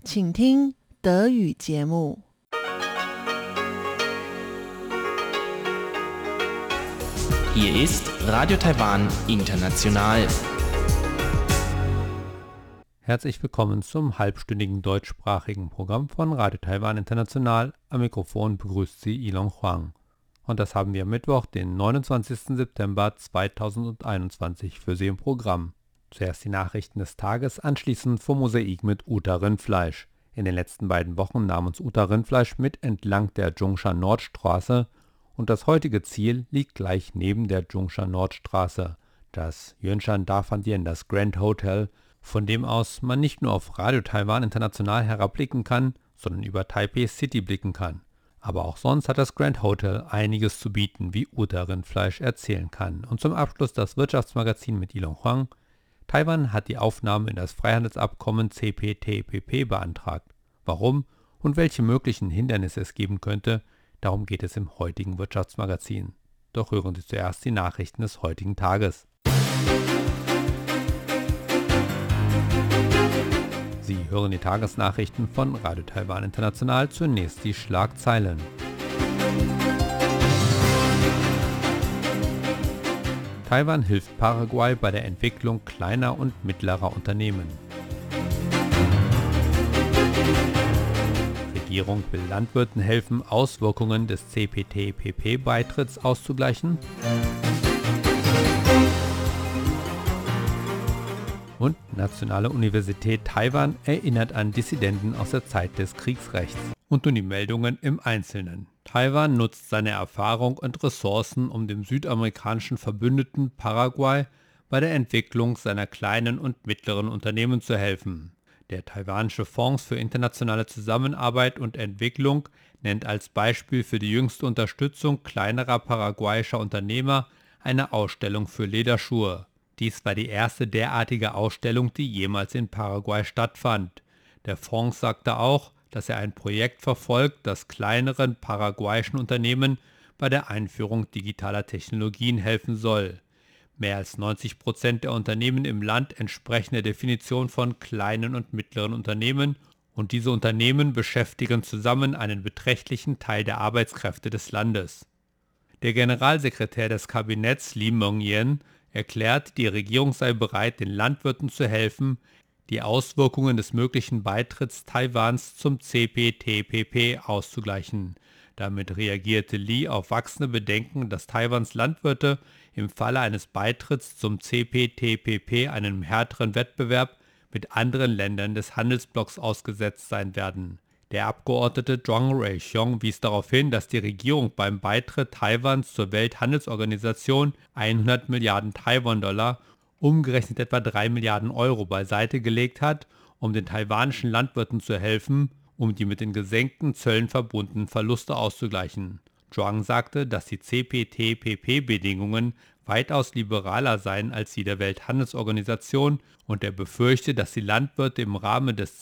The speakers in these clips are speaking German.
请听德语节目。 Hier ist Radio Taiwan International. Herzlich willkommen zum halbstündigen deutschsprachigen Programm von Radio Taiwan International. Am Mikrofon begrüßt Sie Ilon Huang. Und das haben wir Mittwoch, den 29. September 2021 für Sie im Programm. Zuerst die Nachrichten des Tages, anschließend vom Mosaik mit Uta Rindfleisch. In den letzten beiden Wochen nahm uns Uta Rindfleisch mit entlang der Zhongshan Nordstraße und das heutige Ziel liegt gleich neben der Zhongshan Nordstraße, das Yuanshan Dafandien, das Grand Hotel, von dem aus man nicht nur auf Radio Taiwan International herabblicken kann, sondern über Taipei City blicken kann. Aber auch sonst hat das Grand Hotel einiges zu bieten, wie Uta Rindfleisch erzählen kann. Und zum Abschluss das Wirtschaftsmagazin mit Ilon Huang. Taiwan hat die Aufnahme in das Freihandelsabkommen CPTPP beantragt. Warum und welche möglichen Hindernisse es geben könnte, darum geht es im heutigen Wirtschaftsmagazin. Doch hören Sie zuerst die Nachrichten des heutigen Tages. Sie hören die Tagesnachrichten von Radio Taiwan International. Zunächst die Schlagzeilen. Taiwan hilft Paraguay bei der Entwicklung kleiner und mittlerer Unternehmen. Regierung will Landwirten helfen, Auswirkungen des CPTPP-Beitritts auszugleichen. Und Nationale Universität Taiwan erinnert an Dissidenten aus der Zeit des Kriegsrechts. Und nun die Meldungen im Einzelnen. Taiwan nutzt seine Erfahrung und Ressourcen, um dem südamerikanischen Verbündeten Paraguay bei der Entwicklung seiner kleinen und mittleren Unternehmen zu helfen. Der taiwanische Fonds für internationale Zusammenarbeit und Entwicklung nennt als Beispiel für die jüngste Unterstützung kleinerer paraguayischer Unternehmer eine Ausstellung für Lederschuhe. Dies war die erste derartige Ausstellung, die jemals in Paraguay stattfand. Der Fonds sagte auch, dass er ein Projekt verfolgt, das kleineren paraguayischen Unternehmen bei der Einführung digitaler Technologien helfen soll. Mehr als 90% der Unternehmen im Land entsprechen der Definition von kleinen und mittleren Unternehmen und diese Unternehmen beschäftigen zusammen einen beträchtlichen Teil der Arbeitskräfte des Landes. Der Generalsekretär des Kabinetts Lee Meng-yen erklärt, die Regierung sei bereit, den Landwirten zu helfen, die Auswirkungen des möglichen Beitritts Taiwans zum CPTPP auszugleichen. Damit reagierte Lee auf wachsende Bedenken, dass Taiwans Landwirte im Falle eines Beitritts zum CPTPP einem härteren Wettbewerb mit anderen Ländern des Handelsblocks ausgesetzt sein werden. Der Abgeordnete Zhuang Ruixiong wies darauf hin, dass die Regierung beim Beitritt Taiwans zur Welthandelsorganisation 100 Milliarden Taiwan-Dollar, umgerechnet etwa 3 Milliarden Euro, beiseite gelegt hat, um den taiwanischen Landwirten zu helfen, um die mit den gesenkten Zöllen verbundenen Verluste auszugleichen. Zhuang sagte, dass die CPTPP-Bedingungen weitaus liberaler seien als die der Welthandelsorganisation und er befürchte, dass die Landwirte im Rahmen des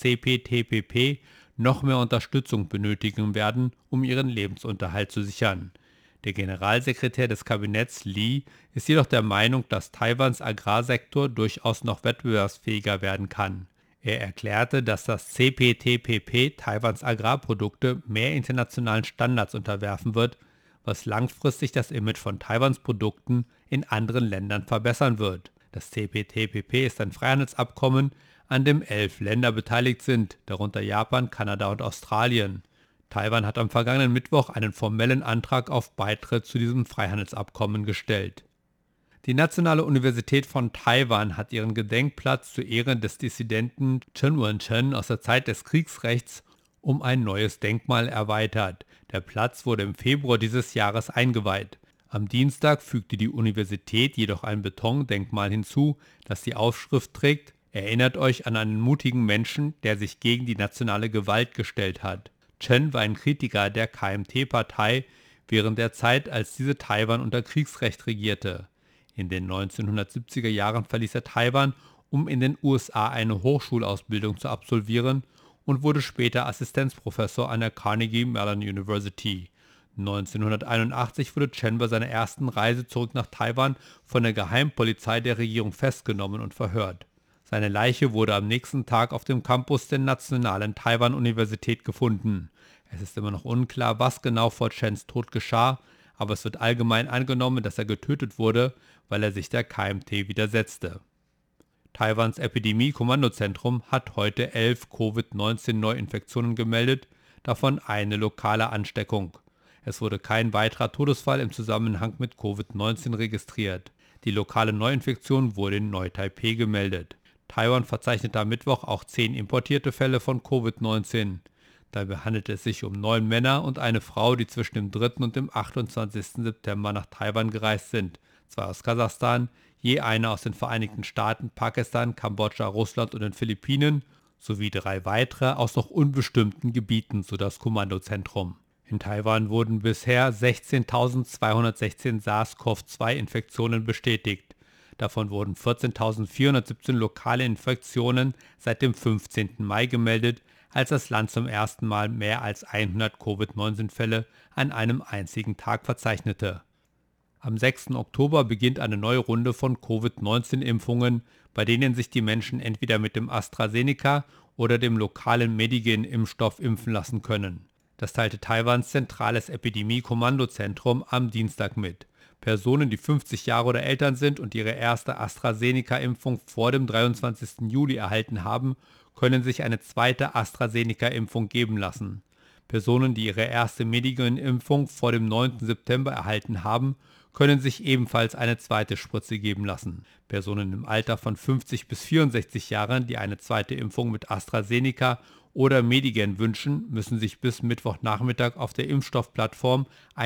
CPTPP noch mehr Unterstützung benötigen werden, um ihren Lebensunterhalt zu sichern. Der Generalsekretär des Kabinetts Lee ist jedoch der Meinung, dass Taiwans Agrarsektor durchaus noch wettbewerbsfähiger werden kann. Er erklärte, dass das CPTPP Taiwans Agrarprodukte mehr internationalen Standards unterwerfen wird, was langfristig das Image von Taiwans Produkten in anderen Ländern verbessern wird. Das CPTPP ist ein Freihandelsabkommen, an dem 11 Länder beteiligt sind, darunter Japan, Kanada und Australien. Taiwan hat am vergangenen Mittwoch einen formellen Antrag auf Beitritt zu diesem Freihandelsabkommen gestellt. Die Nationale Universität von Taiwan hat ihren Gedenkplatz zu Ehren des Dissidenten Chen Wenchen aus der Zeit des Kriegsrechts um ein neues Denkmal erweitert. Der Platz wurde im Februar dieses Jahres eingeweiht. Am Dienstag fügte die Universität jedoch ein Betondenkmal hinzu, das die Aufschrift trägt: Erinnert euch an einen mutigen Menschen, der sich gegen die nationale Gewalt gestellt hat. Chen war ein Kritiker der KMT-Partei während der Zeit, als diese Taiwan unter Kriegsrecht regierte. In den 1970er Jahren verließ er Taiwan, um in den USA eine Hochschulausbildung zu absolvieren und wurde später Assistenzprofessor an der Carnegie Mellon University. 1981 wurde Chen bei seiner ersten Reise zurück nach Taiwan von der Geheimpolizei der Regierung festgenommen und verhört. Seine Leiche wurde am nächsten Tag auf dem Campus der Nationalen Taiwan-Universität gefunden. Es ist immer noch unklar, was genau vor Chens Tod geschah, aber es wird allgemein angenommen, dass er getötet wurde, weil er sich der KMT widersetzte. Taiwans Epidemie-Kommandozentrum hat heute 11 Covid-19-Neuinfektionen gemeldet, davon eine lokale Ansteckung. Es wurde kein weiterer Todesfall im Zusammenhang mit Covid-19 registriert. Die lokale Neuinfektion wurde in Neu-Taipeh gemeldet. Taiwan verzeichnete am Mittwoch auch 10 importierte Fälle von Covid-19. Dabei handelt es sich um 9 Männer und eine Frau, die zwischen dem 3. und dem 28. September nach Taiwan gereist sind. 2 aus Kasachstan, je einer aus den Vereinigten Staaten, Pakistan, Kambodscha, Russland und den Philippinen sowie 3 weitere aus noch unbestimmten Gebieten, so das Kommandozentrum. In Taiwan wurden bisher 16.216 SARS-CoV-2-Infektionen bestätigt. Davon wurden 14.417 lokale Infektionen seit dem 15. Mai gemeldet, als das Land zum ersten Mal mehr als 100 Covid-19-Fälle an einem einzigen Tag verzeichnete. Am 6. Oktober beginnt eine neue Runde von Covid-19-Impfungen, bei denen sich die Menschen entweder mit dem AstraZeneca oder dem lokalen Medigen-Impfstoff impfen lassen können. Das teilte Taiwans zentrales Epidemie-Kommandozentrum am Dienstag mit. Personen, die 50 Jahre oder älter sind und ihre erste AstraZeneca-Impfung vor dem 23. Juli erhalten haben, können sich eine zweite AstraZeneca-Impfung geben lassen. Personen, die ihre erste Medigen-Impfung vor dem 9. September erhalten haben, können sich ebenfalls eine zweite Spritze geben lassen. Personen im Alter von 50 bis 64 Jahren, die eine zweite Impfung mit AstraZeneca oder Medigen wünschen, müssen sich bis Mittwochnachmittag auf der Impfstoffplattform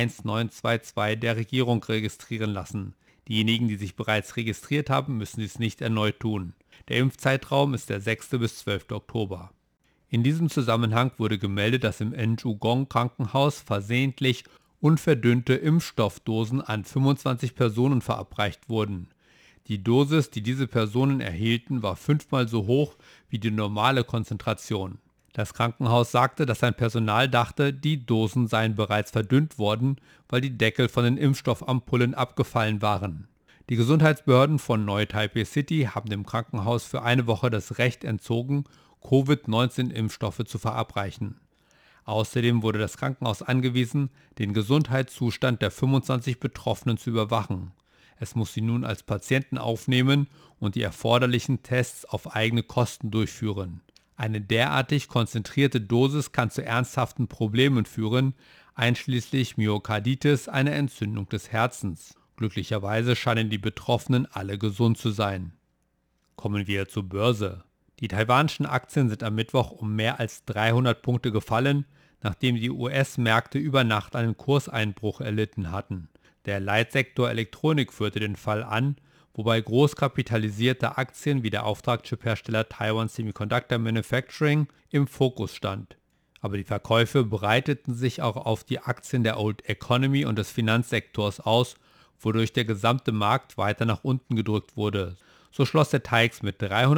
1922 der Regierung registrieren lassen. Diejenigen, die sich bereits registriert haben, müssen dies nicht erneut tun. Der Impfzeitraum ist der 6. bis 12. Oktober. In diesem Zusammenhang wurde gemeldet, dass im Enju-Gong Krankenhaus versehentlich unverdünnte Impfstoffdosen an 25 Personen verabreicht wurden. Die Dosis, die diese Personen erhielten, war 5-mal so hoch wie die normale Konzentration. Das Krankenhaus sagte, dass sein Personal dachte, die Dosen seien bereits verdünnt worden, weil die Deckel von den Impfstoffampullen abgefallen waren. Die Gesundheitsbehörden von Neu-Taipei City haben dem Krankenhaus für eine Woche das Recht entzogen, Covid-19-Impfstoffe zu verabreichen. Außerdem wurde das Krankenhaus angewiesen, den Gesundheitszustand der 25 Betroffenen zu überwachen. Es muss sie nun als Patienten aufnehmen und die erforderlichen Tests auf eigene Kosten durchführen. Eine derartig konzentrierte Dosis kann zu ernsthaften Problemen führen, einschließlich Myokarditis, einer Entzündung des Herzens. Glücklicherweise scheinen die Betroffenen alle gesund zu sein. Kommen wir zur Börse. Die taiwanischen Aktien sind am Mittwoch um mehr als 300 Punkte gefallen, nachdem die US-Märkte über Nacht einen Kurseinbruch erlitten hatten. Der Leitsektor Elektronik führte den Fall an, wobei großkapitalisierte Aktien wie der Auftragschip-Hersteller Taiwan Semiconductor Manufacturing im Fokus stand. Aber die Verkäufe breiteten sich auch auf die Aktien der Old Economy und des Finanzsektors aus, wodurch der gesamte Markt weiter nach unten gedrückt wurde. So schloss der TAIEX mit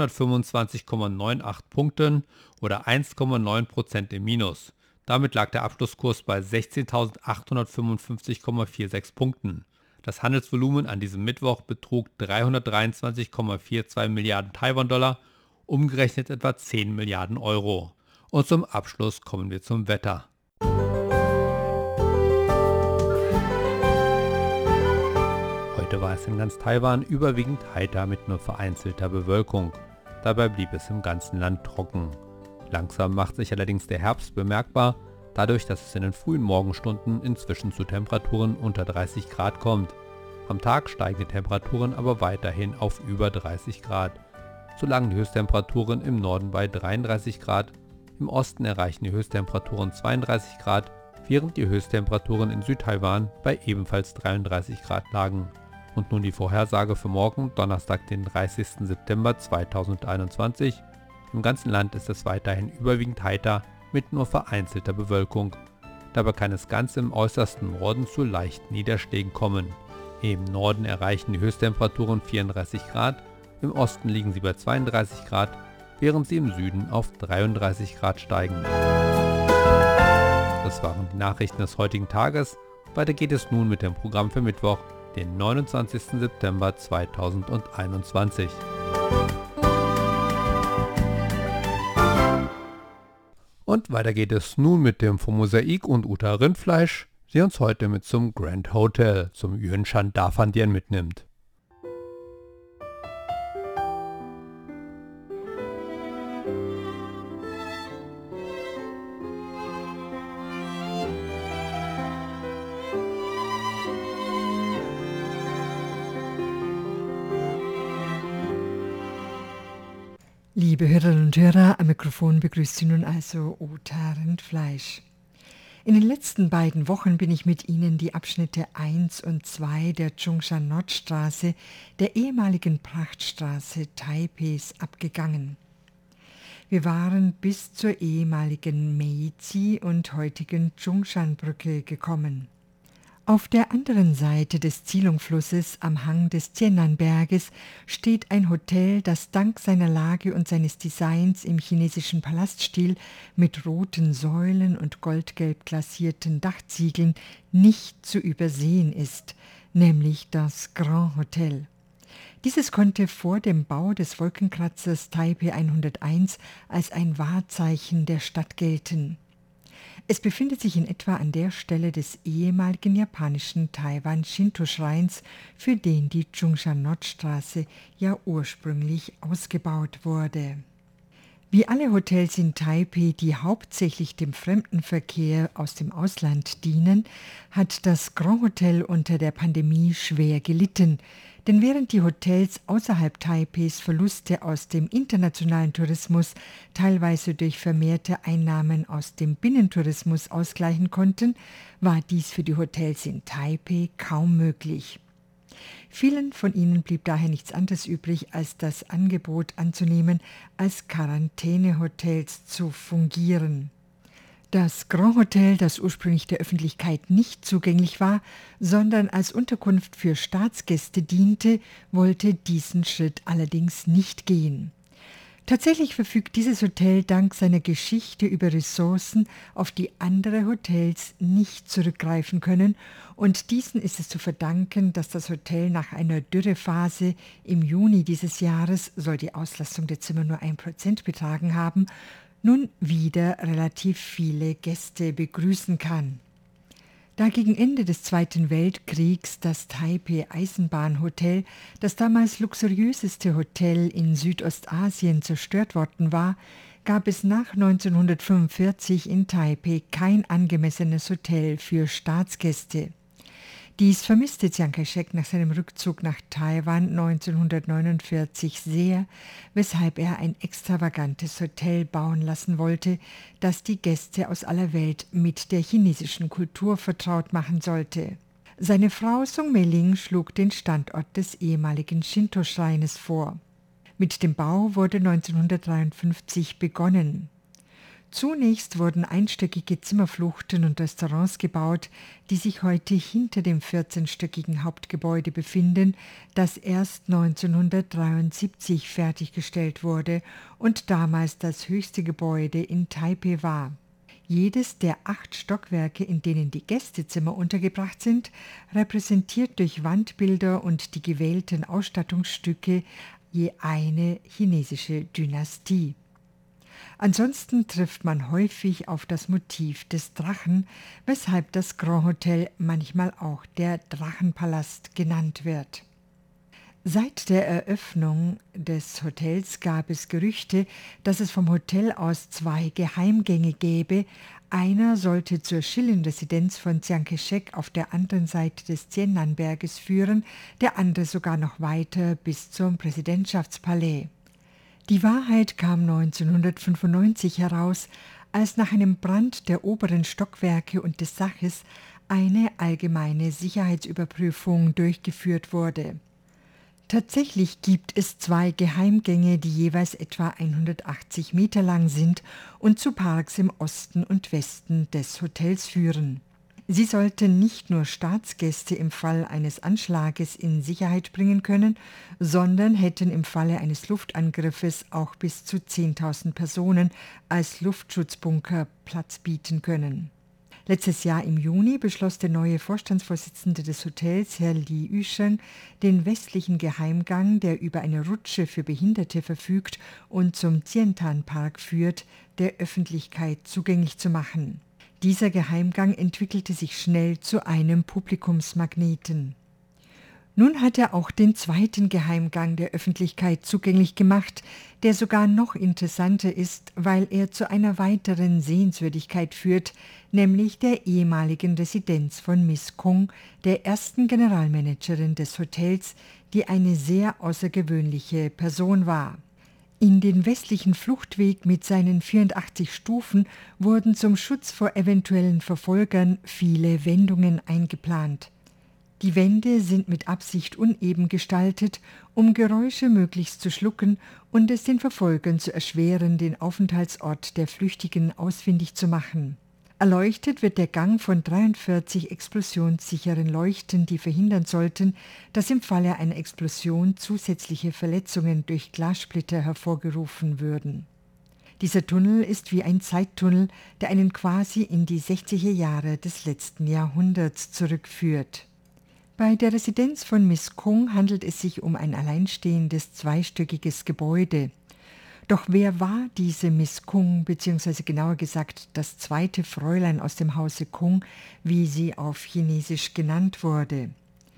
325,98 Punkten oder 1,9% im Minus. Damit lag der Abschlusskurs bei 16.855,46 Punkten. Das Handelsvolumen an diesem Mittwoch betrug 323,42 Milliarden Taiwan-Dollar, umgerechnet etwa 10 Milliarden Euro. Und zum Abschluss kommen wir zum Wetter. Heute war es in ganz Taiwan überwiegend heiter mit nur vereinzelter Bewölkung. Dabei blieb es im ganzen Land trocken. Langsam macht sich allerdings der Herbst bemerkbar, dadurch, dass es in den frühen Morgenstunden inzwischen zu Temperaturen unter 30 Grad kommt. Am Tag steigen die Temperaturen aber weiterhin auf über 30 Grad. So lagen die Höchsttemperaturen im Norden bei 33 Grad, im Osten erreichen die Höchsttemperaturen 32 Grad, während die Höchsttemperaturen in Südtaiwan bei ebenfalls 33 Grad lagen. Und nun die Vorhersage für morgen, Donnerstag, den 30. September 2021. Im ganzen Land ist es weiterhin überwiegend heiter mit nur vereinzelter Bewölkung. Dabei kann es ganz im äußersten Norden zu leichten Niederschlägen kommen. Im Norden erreichen die Höchsttemperaturen 34 Grad, im Osten liegen sie bei 32 Grad, während sie im Süden auf 33 Grad steigen. Das waren die Nachrichten des heutigen Tages. Weiter geht es nun mit dem Programm für Mittwoch, den 29. September 2021. Und weiter geht es nun mit dem von Mosaik und Uta Rindfleisch, die uns heute mit zum Grand Hotel, zum Yönshan Dafandien mitnimmt. Liebe Hörerinnen und Hörer, am Mikrofon begrüßt Sie nun also Uta Rindfleisch. In den letzten beiden Wochen bin ich mit Ihnen die Abschnitte 1 und 2 der Zhongshan Nordstraße, der ehemaligen Prachtstraße Taipehs, abgegangen. Wir waren bis zur ehemaligen Meiji und heutigen Zhongshan-Brücke gekommen. Auf der anderen Seite des Zilong-Flusses am Hang des Tiannanberges steht ein Hotel, das dank seiner Lage und seines Designs im chinesischen Palaststil mit roten Säulen und goldgelb glasierten Dachziegeln nicht zu übersehen ist, nämlich das Grand Hotel. Dieses konnte vor dem Bau des Wolkenkratzers Taipeh 101 als ein Wahrzeichen der Stadt gelten. Es befindet sich in etwa an der Stelle des ehemaligen japanischen Taiwan-Shinto-Schreins, für den die Zhongshan-Nordstraße ja ursprünglich ausgebaut wurde. Wie alle Hotels in Taipeh, die hauptsächlich dem Fremdenverkehr aus dem Ausland dienen, hat das Grand Hotel unter der Pandemie schwer gelitten. Denn während die Hotels außerhalb Taipehs Verluste aus dem internationalen Tourismus teilweise durch vermehrte Einnahmen aus dem Binnentourismus ausgleichen konnten, war dies für die Hotels in Taipeh kaum möglich. Vielen von ihnen blieb daher nichts anderes übrig, als das Angebot anzunehmen, als Quarantänehotels zu fungieren. Das Grand Hotel, das ursprünglich der Öffentlichkeit nicht zugänglich war, sondern als Unterkunft für Staatsgäste diente, wollte diesen Schritt allerdings nicht gehen. Tatsächlich verfügt dieses Hotel dank seiner Geschichte über Ressourcen, auf die andere Hotels nicht zurückgreifen können, und diesen ist es zu verdanken, dass das Hotel nach einer Dürrephase im Juni dieses Jahres, soll die Auslastung der Zimmer nur 1% betragen haben, nun wieder relativ viele Gäste begrüßen kann. Da gegen Ende des Zweiten Weltkriegs das Taipeh Eisenbahnhotel, das damals luxuriöseste Hotel in Südostasien, zerstört worden war, gab es nach 1945 in Taipeh kein angemessenes Hotel für Staatsgäste. Dies vermisste Chiang Kai-shek nach seinem Rückzug nach Taiwan 1949 sehr, weshalb er ein extravagantes Hotel bauen lassen wollte, das die Gäste aus aller Welt mit der chinesischen Kultur vertraut machen sollte. Seine Frau Sung Mei-ling schlug den Standort des ehemaligen Shinto-Schreines vor. Mit dem Bau wurde 1953 begonnen. Zunächst wurden einstöckige Zimmerfluchten und Restaurants gebaut, die sich heute hinter dem 14-stöckigen Hauptgebäude befinden, das erst 1973 fertiggestellt wurde und damals das höchste Gebäude in Taipeh war. Jedes der 8 Stockwerke, in denen die Gästezimmer untergebracht sind, repräsentiert durch Wandbilder und die gewählten Ausstattungsstücke je eine chinesische Dynastie. Ansonsten trifft man häufig auf das Motiv des Drachen, weshalb das Grand Hotel manchmal auch der Drachenpalast genannt wird. Seit der Eröffnung des Hotels gab es Gerüchte, dass es vom Hotel aus 2 Geheimgänge gäbe. Einer sollte zur Schilin-Residenz von Chiang Kai-shek auf der anderen Seite des Tiannanberges führen, der andere sogar noch weiter bis zum Präsidentschaftspalais. Die Wahrheit kam 1995 heraus, als nach einem Brand der oberen Stockwerke und des Daches eine allgemeine Sicherheitsüberprüfung durchgeführt wurde. Tatsächlich gibt es 2 Geheimgänge, die jeweils etwa 180 Meter lang sind und zu Parks im Osten und Westen des Hotels führen. Sie sollten nicht nur Staatsgäste im Fall eines Anschlages in Sicherheit bringen können, sondern hätten im Falle eines Luftangriffes auch bis zu 10.000 Personen als Luftschutzbunker Platz bieten können. Letztes Jahr im Juni beschloss der neue Vorstandsvorsitzende des Hotels, Herr Lee Yusheng, den westlichen Geheimgang, der über eine Rutsche für Behinderte verfügt und zum Tiantan-Park führt, der Öffentlichkeit zugänglich zu machen. Dieser Geheimgang entwickelte sich schnell zu einem Publikumsmagneten. Nun hat er auch den zweiten Geheimgang der Öffentlichkeit zugänglich gemacht, der sogar noch interessanter ist, weil er zu einer weiteren Sehenswürdigkeit führt, nämlich der ehemaligen Residenz von Miss Kung, der ersten Generalmanagerin des Hotels, die eine sehr außergewöhnliche Person war. In den westlichen Fluchtweg mit seinen 84 Stufen wurden zum Schutz vor eventuellen Verfolgern viele Wendungen eingeplant. Die Wände sind mit Absicht uneben gestaltet, um Geräusche möglichst zu schlucken und es den Verfolgern zu erschweren, den Aufenthaltsort der Flüchtigen ausfindig zu machen. Erleuchtet wird der Gang von 43 explosionssicheren Leuchten, die verhindern sollten, dass im Falle einer Explosion zusätzliche Verletzungen durch Glassplitter hervorgerufen würden. Dieser Tunnel ist wie ein Zeittunnel, der einen quasi in die 60er Jahre des letzten Jahrhunderts zurückführt. Bei der Residenz von Miss Kung handelt es sich um ein alleinstehendes zweistöckiges Gebäude. Doch wer war diese Miss Kung, beziehungsweise genauer gesagt das zweite Fräulein aus dem Hause Kung, wie sie auf Chinesisch genannt wurde?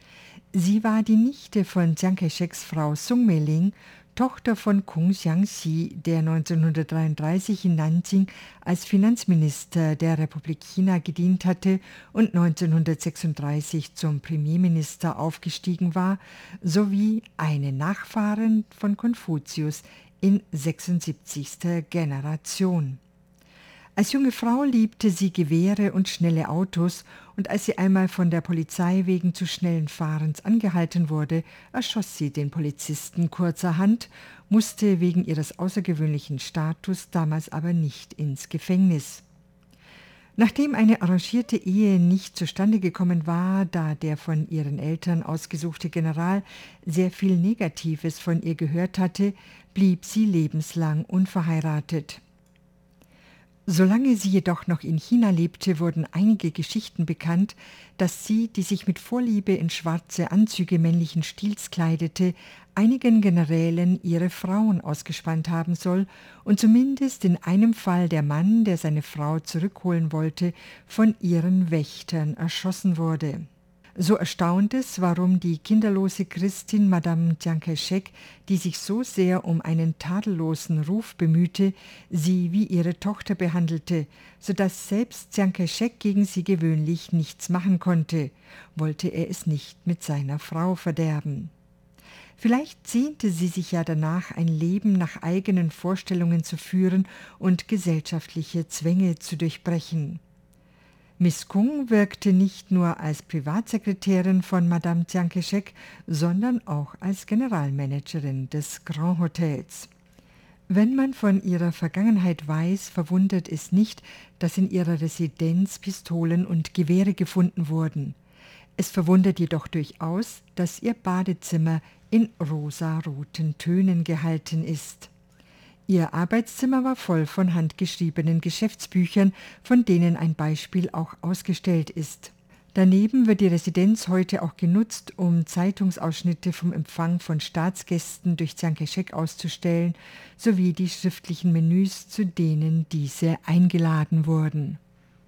Sie war die Nichte von Chiang Kai-sheks Frau Sung Me-ling, Tochter von Kung Xiangxi, der 1933 in Nanjing als Finanzminister der Republik China gedient hatte und 1936 zum Premierminister aufgestiegen war, sowie eine Nachfahrin von Konfuzius in 76. Generation. Als junge Frau liebte sie Gewehre und schnelle Autos und als sie einmal von der Polizei wegen zu schnellen Fahrens angehalten wurde, erschoss sie den Polizisten kurzerhand, musste wegen ihres außergewöhnlichen Status damals aber nicht ins Gefängnis. Nachdem eine arrangierte Ehe nicht zustande gekommen war, da der von ihren Eltern ausgesuchte General sehr viel Negatives von ihr gehört hatte, blieb sie lebenslang unverheiratet. Solange sie jedoch noch in China lebte, wurden einige Geschichten bekannt, dass sie, die sich mit Vorliebe in schwarze Anzüge männlichen Stils kleidete, einigen Generälen ihre Frauen ausgespannt haben soll und zumindest in einem Fall der Mann, der seine Frau zurückholen wollte, von ihren Wächtern erschossen wurde. So erstaunt es, warum die kinderlose Christin Madame Chiang Kai-shek, die sich so sehr um einen tadellosen Ruf bemühte, sie wie ihre Tochter behandelte, sodass selbst Chiang Kai-shek gegen sie gewöhnlich nichts machen konnte, wollte er es nicht mit seiner Frau verderben. Vielleicht sehnte sie sich ja danach, ein Leben nach eigenen Vorstellungen zu führen und gesellschaftliche Zwänge zu durchbrechen. Miss Kung wirkte nicht nur als Privatsekretärin von Madame Chiang Kai-shek, sondern auch als Generalmanagerin des Grand Hotels. Wenn man von ihrer Vergangenheit weiß, verwundert es nicht, dass in ihrer Residenz Pistolen und Gewehre gefunden wurden. Es verwundert jedoch durchaus, dass ihr Badezimmer in rosaroten Tönen gehalten ist. Ihr Arbeitszimmer war voll von handgeschriebenen Geschäftsbüchern, von denen ein Beispiel auch ausgestellt ist. Daneben wird die Residenz heute auch genutzt, um Zeitungsausschnitte vom Empfang von Staatsgästen durch Chiang Kai-shek auszustellen, sowie die schriftlichen Menüs, zu denen diese eingeladen wurden.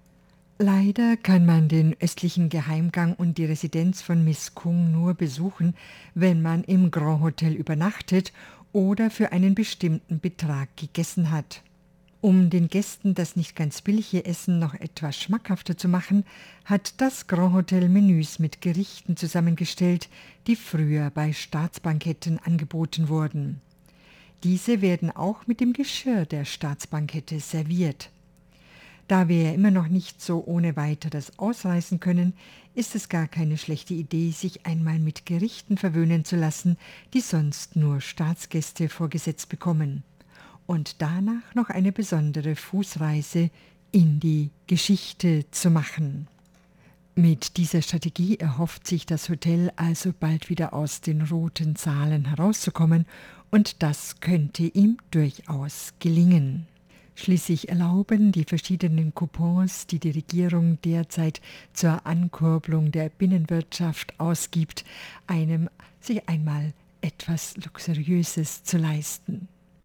Leider kann man den östlichen Geheimgang und die Residenz von Miss Kung nur besuchen, wenn man im Grand Hotel übernachtet oder für einen bestimmten Betrag gegessen hat. Um den Gästen das nicht ganz billige Essen noch etwas schmackhafter zu machen, hat das Grand Hotel Menüs mit Gerichten zusammengestellt, die früher bei Staatsbanketten angeboten wurden. Diese werden auch mit dem Geschirr der Staatsbankette serviert. Da wir ja immer noch nicht so ohne weiteres ausreisen können, ist es gar keine schlechte Idee, sich einmal mit Gerichten verwöhnen zu lassen, die sonst nur Staatsgäste vorgesetzt bekommen. Und danach noch eine besondere Fußreise in die Geschichte zu machen. Mit dieser Strategie erhofft sich das Hotel also bald wieder aus den roten Zahlen herauszukommen, und das könnte ihm durchaus gelingen. Schließlich erlauben die verschiedenen Coupons, die die Regierung derzeit zur Ankurbelung der Binnenwirtschaft ausgibt, einem sich einmal etwas Luxuriöses zu leisten.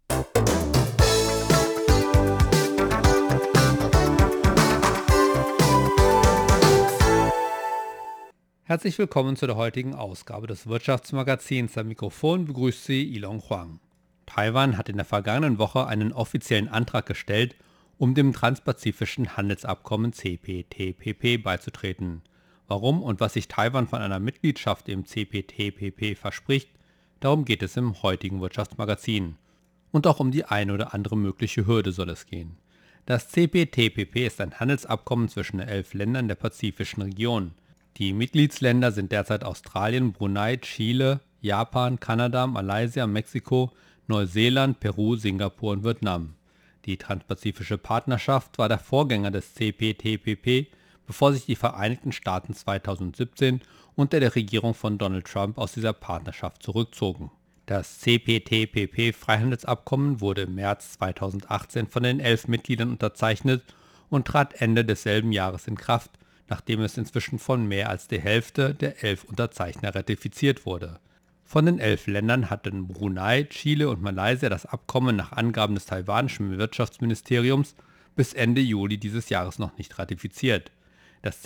Herzlich willkommen zu der heutigen Ausgabe des Wirtschaftsmagazins. Am Mikrofon begrüßt Sie Ilon Huang. Taiwan hat in der vergangenen Woche einen offiziellen Antrag gestellt, um dem Transpazifischen Handelsabkommen CPTPP beizutreten. Warum und was sich Taiwan von einer Mitgliedschaft im CPTPP verspricht, darum geht es im heutigen Wirtschaftsmagazin. Und auch um die eine oder andere mögliche Hürde soll es gehen. Das CPTPP ist ein Handelsabkommen zwischen 11 Ländern der pazifischen Region. Die Mitgliedsländer sind derzeit Australien, Brunei, Chile, Japan, Kanada, Malaysia, Mexiko, Neuseeland, Peru, Singapur und Vietnam. Die Transpazifische Partnerschaft war der Vorgänger des CPTPP, bevor sich die Vereinigten Staaten 2017 unter der Regierung von Donald Trump aus dieser Partnerschaft zurückzogen. Das CPTPP-Freihandelsabkommen wurde im März 2018 von den 11 Mitgliedern unterzeichnet und trat Ende desselben Jahres in Kraft, nachdem es inzwischen von mehr als der Hälfte der 11 Unterzeichner ratifiziert wurde. Von den 11 Ländern hatten Brunei, Chile und Malaysia das Abkommen nach Angaben des taiwanischen Wirtschaftsministeriums bis Ende Juli dieses Jahres noch nicht ratifiziert. Das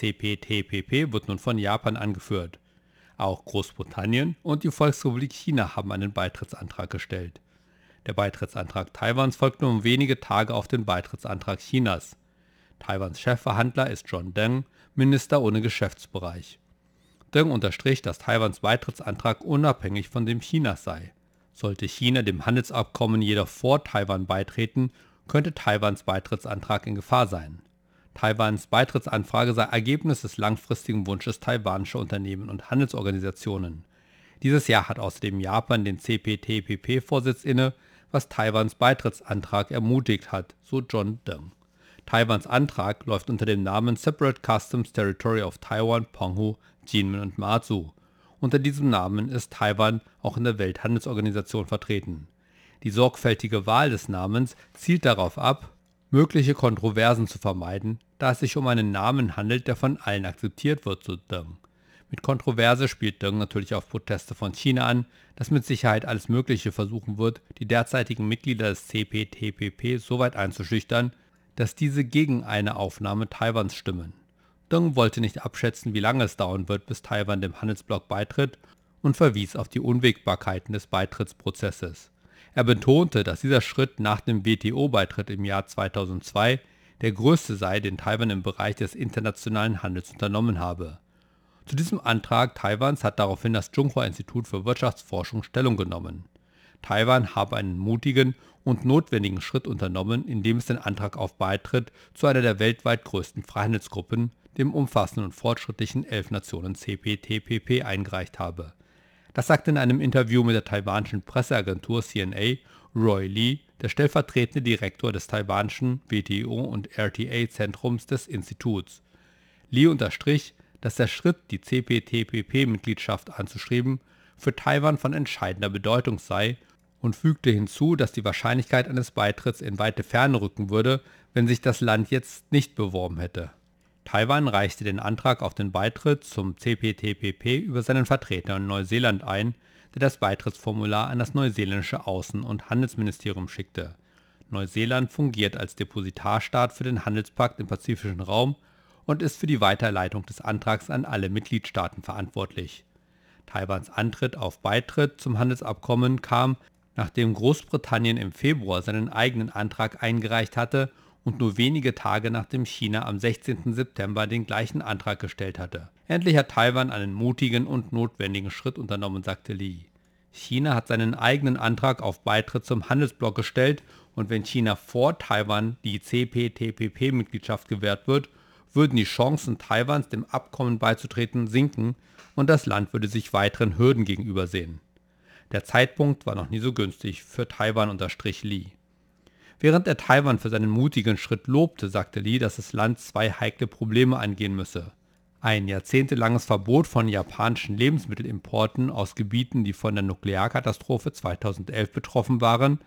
CPTPP wird nun von Japan angeführt. Auch Großbritannien und die Volksrepublik China haben einen Beitrittsantrag gestellt. Der Beitrittsantrag Taiwans folgt nur um wenige Tage auf den Beitrittsantrag Chinas. Taiwans Chefverhandler ist John Deng, Minister ohne Geschäftsbereich. Deng unterstrich, dass Taiwans Beitrittsantrag unabhängig von dem Chinas sei. Sollte China dem Handelsabkommen jedoch vor Taiwan beitreten, könnte Taiwans Beitrittsantrag in Gefahr sein. Taiwans Beitrittsanfrage sei Ergebnis des langfristigen Wunsches taiwanischer Unternehmen und Handelsorganisationen. Dieses Jahr hat außerdem Japan den CPTPP-Vorsitz inne, was Taiwans Beitrittsantrag ermutigt hat, so John Deng. Taiwans Antrag läuft unter dem Namen Separate Customs Territory of Taiwan, Penghu, Jinmen und Matsu. Unter diesem Namen ist Taiwan auch in der Welthandelsorganisation vertreten. Die sorgfältige Wahl des Namens zielt darauf ab, mögliche Kontroversen zu vermeiden, da es sich um einen Namen handelt, der von allen akzeptiert wird, so Deng. Mit Kontroverse spielt Deng natürlich auf Proteste von China an, das mit Sicherheit alles Mögliche versuchen wird, die derzeitigen Mitglieder des CPTPP so weit einzuschüchtern, dass diese gegen eine Aufnahme Taiwans stimmen. Deng wollte nicht abschätzen, wie lange es dauern wird, bis Taiwan dem Handelsblock beitritt und verwies auf die Unwägbarkeiten des Beitrittsprozesses. Er betonte, dass dieser Schritt nach dem WTO-Beitritt im Jahr 2002 der größte sei, den Taiwan im Bereich des internationalen Handels unternommen habe. Zu diesem Antrag Taiwans hat daraufhin das Tsinghua-Institut für Wirtschaftsforschung Stellung genommen. Taiwan habe einen mutigen und notwendigen Schritt unternommen, indem es den Antrag auf Beitritt zu einer der weltweit größten Freihandelsgruppen, dem umfassenden und fortschrittlichen 11 Nationen CPTPP, eingereicht habe. Das sagte in einem Interview mit der taiwanischen Presseagentur CNA Roy Lee, der stellvertretende Direktor des taiwanischen WTO- und RTA-Zentrums des Instituts. Lee unterstrich, dass der Schritt, die CPTPP-Mitgliedschaft anzustreben, für Taiwan von entscheidender Bedeutung sei und fügte hinzu, dass die Wahrscheinlichkeit eines Beitritts in weite Ferne rücken würde, wenn sich das Land jetzt nicht beworben hätte. Taiwan reichte den Antrag auf den Beitritt zum CPTPP über seinen Vertreter in Neuseeland ein, der das Beitrittsformular an das neuseeländische Außen- und Handelsministerium schickte. Neuseeland fungiert als Depositarstaat für den Handelspakt im pazifischen Raum und ist für die Weiterleitung des Antrags an alle Mitgliedstaaten verantwortlich. Taiwans Antritt auf Beitritt zum Handelsabkommen kam, nachdem Großbritannien im Februar seinen eigenen Antrag eingereicht hatte und nur wenige Tage nachdem China am 16. September den gleichen Antrag gestellt hatte. Endlich hat Taiwan einen mutigen und notwendigen Schritt unternommen, sagte Lee. China hat seinen eigenen Antrag auf Beitritt zum Handelsblock gestellt und wenn China vor Taiwan die CPTPP-Mitgliedschaft gewährt wird, würden die Chancen Taiwans, dem Abkommen beizutreten, sinken und das Land würde sich weiteren Hürden gegenübersehen. Der Zeitpunkt war noch nie so günstig für Taiwan, unterstrich Lee. Während er Taiwan für seinen mutigen Schritt lobte, sagte Lee, dass das Land 2 heikle Probleme angehen müsse. Ein jahrzehntelanges Verbot von japanischen Lebensmittelimporten aus Gebieten, die von der Nuklearkatastrophe 2011 betroffen waren,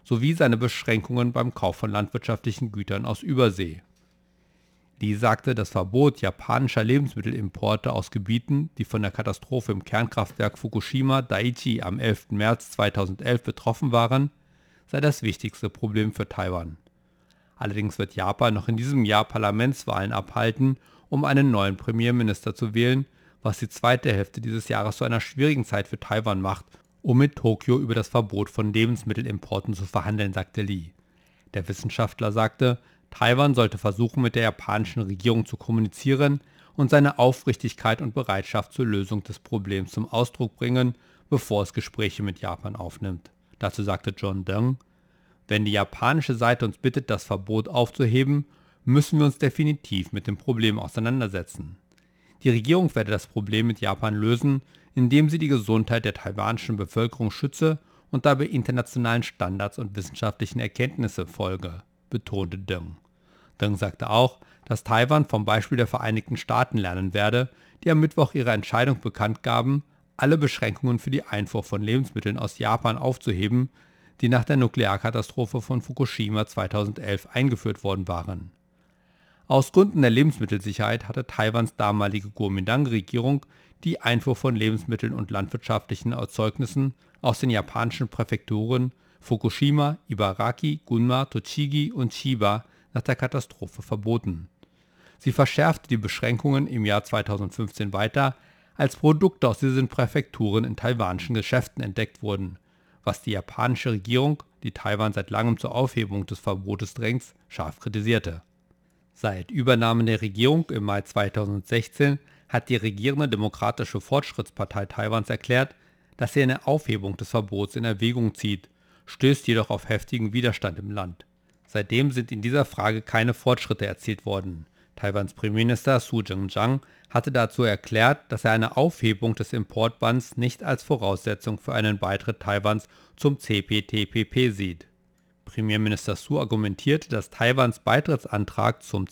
sowie seine Beschränkungen beim Kauf von landwirtschaftlichen Gütern aus Übersee. Lee sagte, das Verbot japanischer Lebensmittelimporte aus Gebieten, die von der Katastrophe im Kernkraftwerk Fukushima Daiichi am 11. März 2011 betroffen waren, sei das wichtigste Problem für Taiwan. Allerdings wird Japan noch in diesem Jahr Parlamentswahlen abhalten, um einen neuen Premierminister zu wählen, was die zweite Hälfte dieses Jahres zu einer schwierigen Zeit für Taiwan macht, um mit Tokio über das Verbot von Lebensmittelimporten zu verhandeln, sagte Lee. Der Wissenschaftler sagte, Taiwan sollte versuchen, mit der japanischen Regierung zu kommunizieren und seine Aufrichtigkeit und Bereitschaft zur Lösung des Problems zum Ausdruck bringen, bevor es Gespräche mit Japan aufnimmt. Dazu sagte John Deng, wenn die japanische Seite uns bittet, das Verbot aufzuheben, müssen wir uns definitiv mit dem Problem auseinandersetzen. Die Regierung werde das Problem mit Japan lösen, indem sie die Gesundheit der taiwanischen Bevölkerung schütze und dabei internationalen Standards und wissenschaftlichen Erkenntnisse folge, betonte Deng. Deng sagte auch, dass Taiwan vom Beispiel der Vereinigten Staaten lernen werde, die am Mittwoch ihre Entscheidung bekannt gaben, alle Beschränkungen für die Einfuhr von Lebensmitteln aus Japan aufzuheben, die nach der Nuklearkatastrophe von Fukushima 2011 eingeführt worden waren. Aus Gründen der Lebensmittelsicherheit hatte Taiwans damalige Kuomintang-Regierung die Einfuhr von Lebensmitteln und landwirtschaftlichen Erzeugnissen aus den japanischen Präfekturen Fukushima, Ibaraki, Gunma, Tochigi und Chiba nach der Katastrophe verboten. Sie verschärfte die Beschränkungen im Jahr 2015 weiter, als Produkte aus diesen Präfekturen in taiwanischen Geschäften entdeckt wurden, was die japanische Regierung, die Taiwan seit langem zur Aufhebung des Verbotes drängt, scharf kritisierte. Seit Übernahme der Regierung im Mai 2016 hat die regierende Demokratische Fortschrittspartei Taiwans erklärt, dass sie eine Aufhebung des Verbots in Erwägung zieht, stößt jedoch auf heftigen Widerstand im Land. Seitdem sind in dieser Frage keine Fortschritte erzielt worden. Taiwans Premierminister Su Tseng-chang hatte dazu erklärt, dass er eine Aufhebung des Importbanns nicht als Voraussetzung für einen Beitritt Taiwans zum CPTPP sieht. Premierminister Su argumentierte, dass Taiwans Beitrittsantrag zum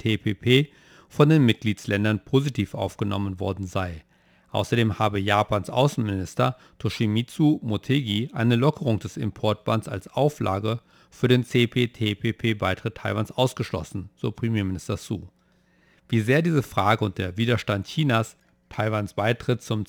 CPTPP von den Mitgliedsländern positiv aufgenommen worden sei. Außerdem habe Japans Außenminister Toshimitsu Motegi eine Lockerung des Importbanns als Auflage für den CPTPP-Beitritt Taiwans ausgeschlossen, so Premierminister Su. Wie sehr diese Frage und der Widerstand Chinas Taiwans Beitritt zum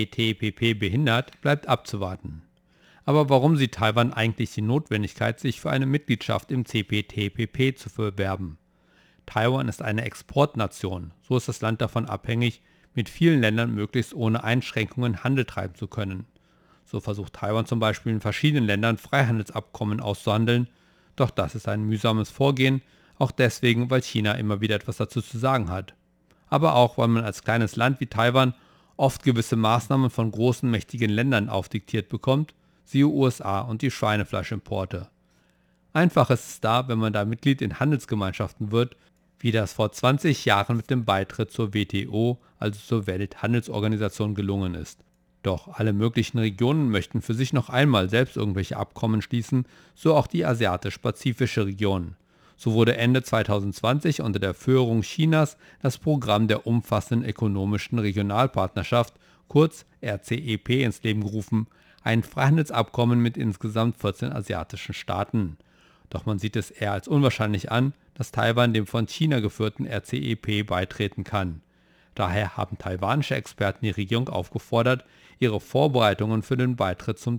CPTPP behindert, bleibt abzuwarten. Aber warum sieht Taiwan eigentlich die Notwendigkeit, sich für eine Mitgliedschaft im CPTPP zu bewerben? Taiwan ist eine Exportnation, so ist das Land davon abhängig, mit vielen Ländern möglichst ohne Einschränkungen Handel treiben zu können. So versucht Taiwan zum Beispiel in verschiedenen Ländern Freihandelsabkommen auszuhandeln, doch das ist ein mühsames Vorgehen, auch deswegen, weil China immer wieder etwas dazu zu sagen hat. Aber auch, weil man als kleines Land wie Taiwan oft gewisse Maßnahmen von großen, mächtigen Ländern aufdiktiert bekommt, siehe USA und die Schweinefleischimporte. Einfach ist es da, wenn man da Mitglied in Handelsgemeinschaften wird, wie das vor 20 Jahren mit dem Beitritt zur WTO, also zur Welthandelsorganisation, gelungen ist. Doch alle möglichen Regionen möchten für sich noch einmal selbst irgendwelche Abkommen schließen, so auch die asiatisch-pazifische Region. So wurde Ende 2020 unter der Führung Chinas das Programm der umfassenden ökonomischen Regionalpartnerschaft, kurz RCEP, ins Leben gerufen, ein Freihandelsabkommen mit insgesamt 14 asiatischen Staaten. Doch man sieht es eher als unwahrscheinlich an, dass Taiwan dem von China geführten RCEP beitreten kann. Daher haben taiwanische Experten die Regierung aufgefordert, ihre Vorbereitungen für den Beitritt zum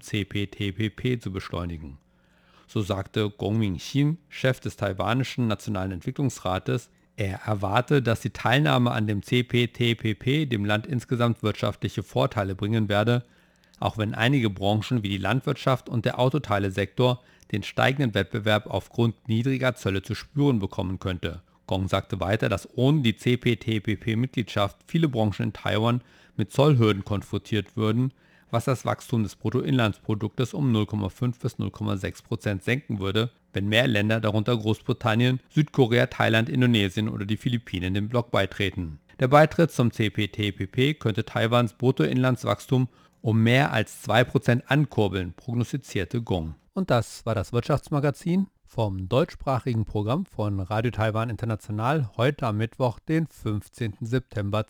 CPTPP zu beschleunigen. So sagte Gong Mingxin, Chef des taiwanischen Nationalen Entwicklungsrates, er erwarte, dass die Teilnahme an dem CPTPP dem Land insgesamt wirtschaftliche Vorteile bringen werde, auch wenn einige Branchen wie die Landwirtschaft und der Autoteilesektor den steigenden Wettbewerb aufgrund niedriger Zölle zu spüren bekommen könnte. Gong sagte weiter, dass ohne die CPTPP-Mitgliedschaft viele Branchen in Taiwan mit Zollhürden konfrontiert würden, was das Wachstum des Bruttoinlandsproduktes um 0,5 bis 0,6% senken würde, wenn mehr Länder, darunter Großbritannien, Südkorea, Thailand, Indonesien oder die Philippinen dem Block beitreten. Der Beitritt zum CPTPP könnte Taiwans Bruttoinlandswachstum um mehr als 2% ankurbeln, prognostizierte Gong. Und das war das Wirtschaftsmagazin vom deutschsprachigen Programm von Radio Taiwan International heute am Mittwoch, den 15. September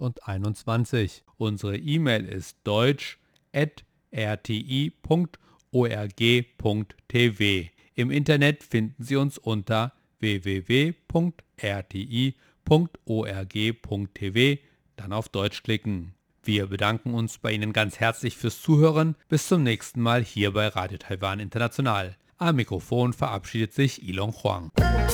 2021. Unsere E-Mail ist deutsch@rti.org.tv. www.rti.org.tv. Im Internet finden Sie uns unter www.rti.org.tv, dann auf Deutsch klicken. Wir bedanken uns bei Ihnen ganz herzlich fürs Zuhören. Bis zum nächsten Mal hier bei Radio Taiwan International. Am Mikrofon verabschiedet sich Ilon Huang.